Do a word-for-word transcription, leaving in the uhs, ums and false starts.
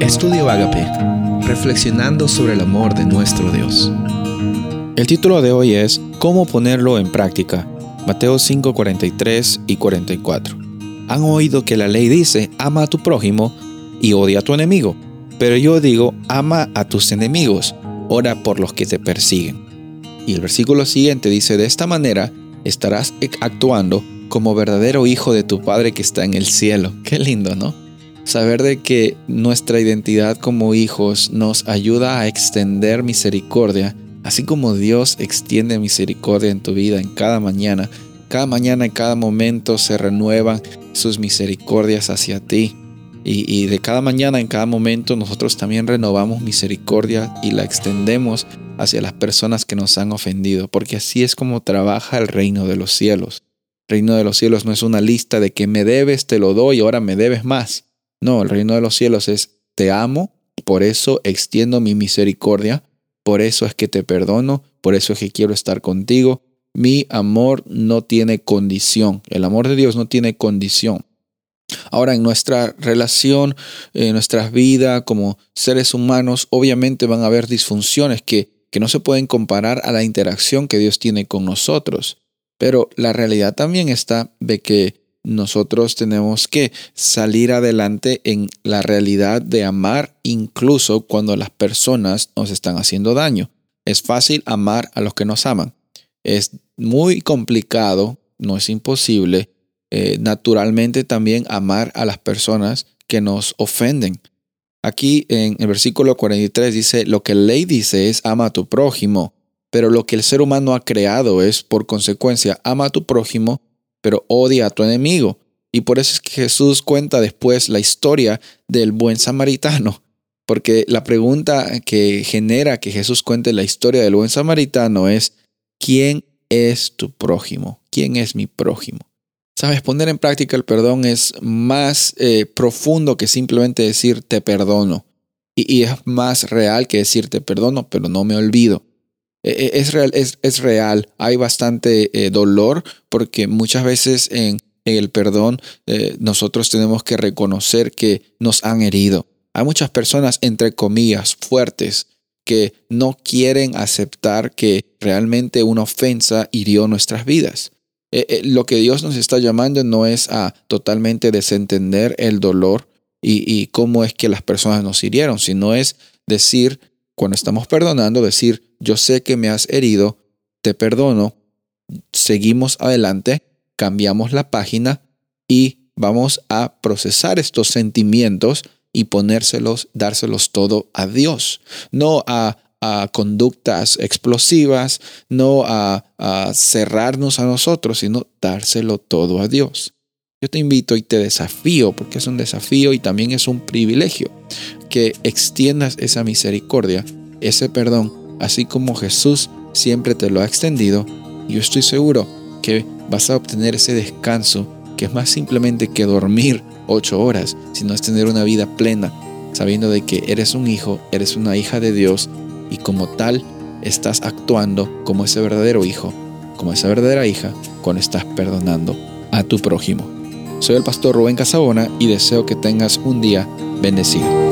Estudio Ágape, reflexionando sobre el amor de nuestro Dios. El título de hoy es ¿Cómo ponerlo en práctica? Mateo cinco, cuarenta y tres y cuarenta y cuatro. Han oído que la ley dice, ama a tu prójimo y odia a tu enemigo. Pero yo digo, ama a tus enemigos, ora por los que te persiguen. Y el versículo siguiente dice, de esta manera estarás actuando como verdadero hijo de tu Padre que está en el cielo. Qué lindo, ¿no? Saber de que nuestra identidad como hijos nos ayuda a extender misericordia, así como Dios extiende misericordia en tu vida en cada mañana. Cada mañana, en cada momento se renuevan sus misericordias hacia ti. Y, y de cada mañana, en cada momento, nosotros también renovamos misericordia y la extendemos hacia las personas que nos han ofendido, porque así es como trabaja el reino de los cielos. El reino de los cielos no es una lista de que me debes, te lo doy, ahora me debes más. No, el reino de los cielos es te amo, por eso extiendo mi misericordia, por eso es que te perdono, por eso es que quiero estar contigo. Mi amor no tiene condición, el amor de Dios no tiene condición. Ahora, en nuestra relación, en nuestras vidas como seres humanos, obviamente van a haber disfunciones que, que no se pueden comparar a la interacción que Dios tiene con nosotros. Pero la realidad también está de que nosotros tenemos que salir adelante en la realidad de amar incluso cuando las personas nos están haciendo daño. Es fácil amar a los que nos aman. Es muy complicado, no es imposible, eh, naturalmente también amar a las personas que nos ofenden. Aquí en el versículo cuarenta y tres dice, lo que la ley dice es ama a tu prójimo, pero lo que el ser humano ha creado es, por consecuencia, ama a tu prójimo, pero odia a tu enemigo. Y por eso es que Jesús cuenta después la historia del buen samaritano. Porque la pregunta que genera que Jesús cuente la historia del buen samaritano es, ¿quién es tu prójimo? ¿Quién es mi prójimo? Sabes, poner en práctica el perdón es más eh, profundo que simplemente decir te perdono. Y, y es más real que decir te perdono, pero no me olvido. Es real, es, es real, hay bastante eh, dolor porque muchas veces en, en el perdón eh, nosotros tenemos que reconocer que nos han herido. Hay muchas personas, entre comillas, fuertes que no quieren aceptar que realmente una ofensa hirió nuestras vidas. Eh, eh, lo que Dios nos está llamando no es a totalmente desentender el dolor y, y cómo es que las personas nos hirieron, sino es decir, cuando estamos perdonando, decir, yo sé que me has herido, te perdono, seguimos adelante, cambiamos la página y vamos a procesar estos sentimientos y ponérselos, dárselos todo a Dios. No a, a conductas explosivas, no a, a cerrarnos a nosotros, sino dárselo todo a Dios. Yo te invito y te desafío, porque es un desafío y también es un privilegio, que extiendas esa misericordia, ese perdón, así como Jesús siempre te lo ha extendido. Yo estoy seguro que vas a obtener ese descanso, que es más simplemente que dormir ocho horas, sino es tener una vida plena, sabiendo de que eres un hijo, eres una hija de Dios y como tal estás actuando como ese verdadero hijo, como esa verdadera hija, cuando estás perdonando a tu prójimo. Soy el pastor Rubén Casabona y deseo que tengas un día bendecido.